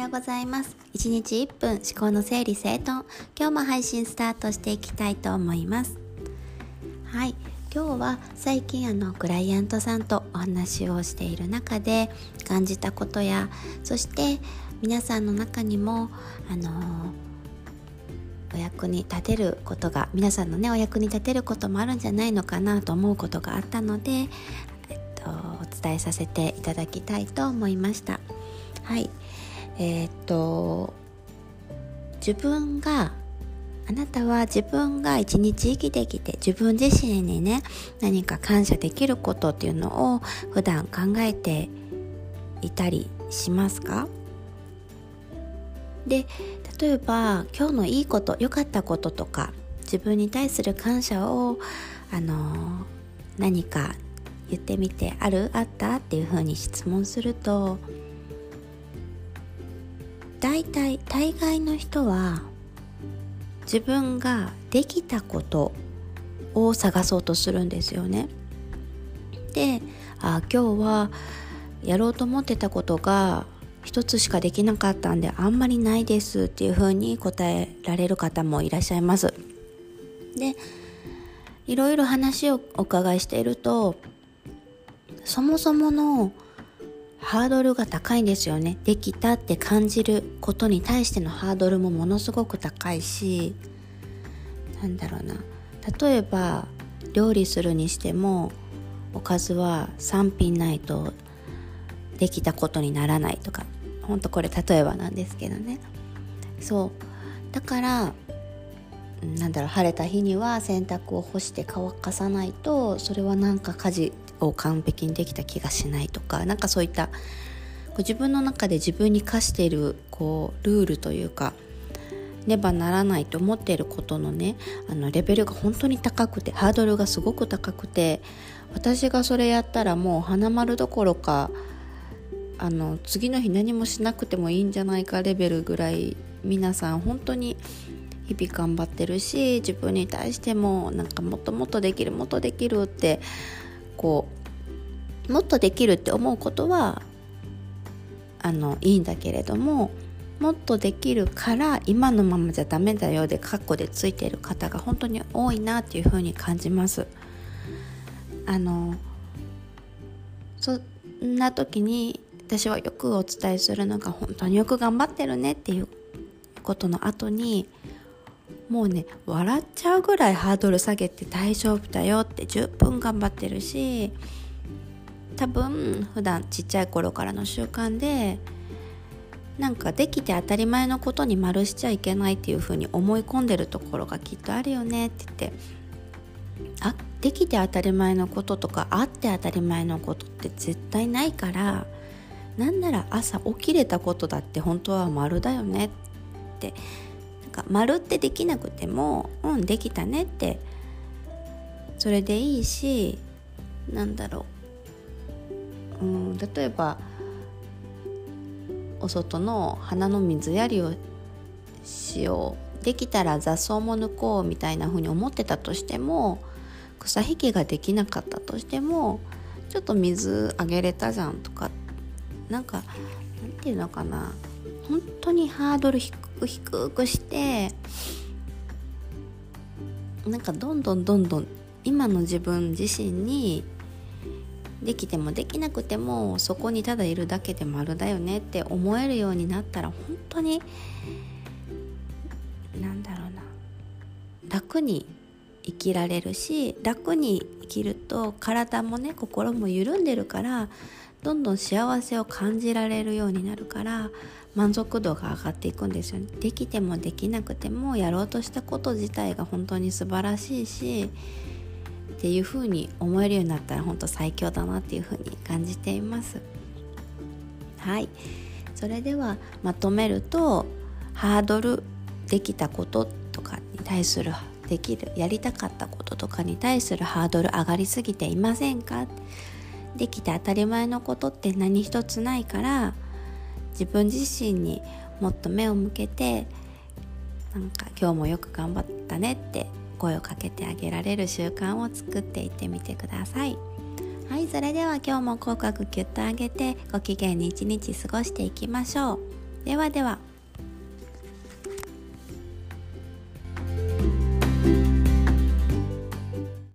ようございます。1日1分思考の整理整頓、今日も配信スタートしていきたいと思います。はい、今日は最近クライアントさんとお話をしている中で感じたことや、そして皆さんの中にもお役に立てることが、皆さんのねお役に立てることもあるんじゃないのかなと思うことがあったので、お伝えさせていただきたいと思いました。はい、あなたは自分が一日生きてきて、自分自身にね何か感謝できることっていうのを普段考えていたりしますか？で、例えば今日のいいこと、良かったこととか、自分に対する感謝を何か言ってみて、あったっていう風に質問すると、大概の人は自分ができたことを探そうとするんですよね。で、今日はやろうと思ってたことが一つしかできなかったんであんまりないですっていう風に答えられる方もいらっしゃいます。で、いろいろ話をお伺いしていると、そもそものハードルが高いんですよね。できたって感じることに対してのハードルもものすごく高いし、例えば料理するにしても、おかずは3品ないとできたことにならないとか、本当これ例えばなんですけどね。そうだから晴れた日には洗濯を干して乾かさないと、それは家事を完璧にできた気がしないとか、そういった自分の中で自分に課しているルールというか、ねばならないと思っていることのねレベルが本当に高くて、ハードルがすごく高くて、私がそれやったらもう花丸どころか次の日何もしなくてもいいんじゃないかレベルぐらい、皆さん本当に日々頑張ってるし、自分に対してももっともっとできるってもっとできるって思うことはいいんだけれども、もっとできるから今のままじゃダメだよでカッコでついている方が本当に多いなっていうふうに感じます。そんな時に私はよくお伝えするのが、本当によく頑張ってるねっていうことの後に、もうね笑っちゃうぐらいハードル下げて大丈夫だよって、十分頑張ってるし、多分普段ちっちゃい頃からの習慣でできて当たり前のことに丸しちゃいけないっていう風に思い込んでるところがきっとあるよねって言って、できて当たり前のこととかあって当たり前のことって絶対ないから、なんなら朝起きれたことだって本当は丸だよねって、丸ってできなくてもできたねってそれでいいし、例えばお外の花の水やりをしよう、できたら雑草も抜こうみたいな風に思ってたとしても、草引きができなかったとしても、ちょっと水あげれたじゃんとか、なんていうのかな、本当にハードル低くして、どんどん今の自分自身にできてもできなくてもそこにただいるだけで丸だよねって思えるようになったら、本当に楽に生きられるし、楽に生きると体もね心も緩んでるから、どんどん幸せを感じられるようになるから、満足度が上がっていくんですよね。できてもできなくてもやろうとしたこと自体が本当に素晴らしいしっていう風に思えるようになったら本当最強だなっていう風に感じています。はい、それではまとめると、ハードル、できたこととかに対するやりたかったこととかに対するハードル上がりすぎていませんか？できて当たり前のことって何一つないから、自分自身にもっと目を向けて、今日もよく頑張ったねって声をかけてあげられる習慣を作っていってみてください。はい、それでは今日も口角キュッと上げてご機嫌に一日過ごしていきましょう。 ではでは。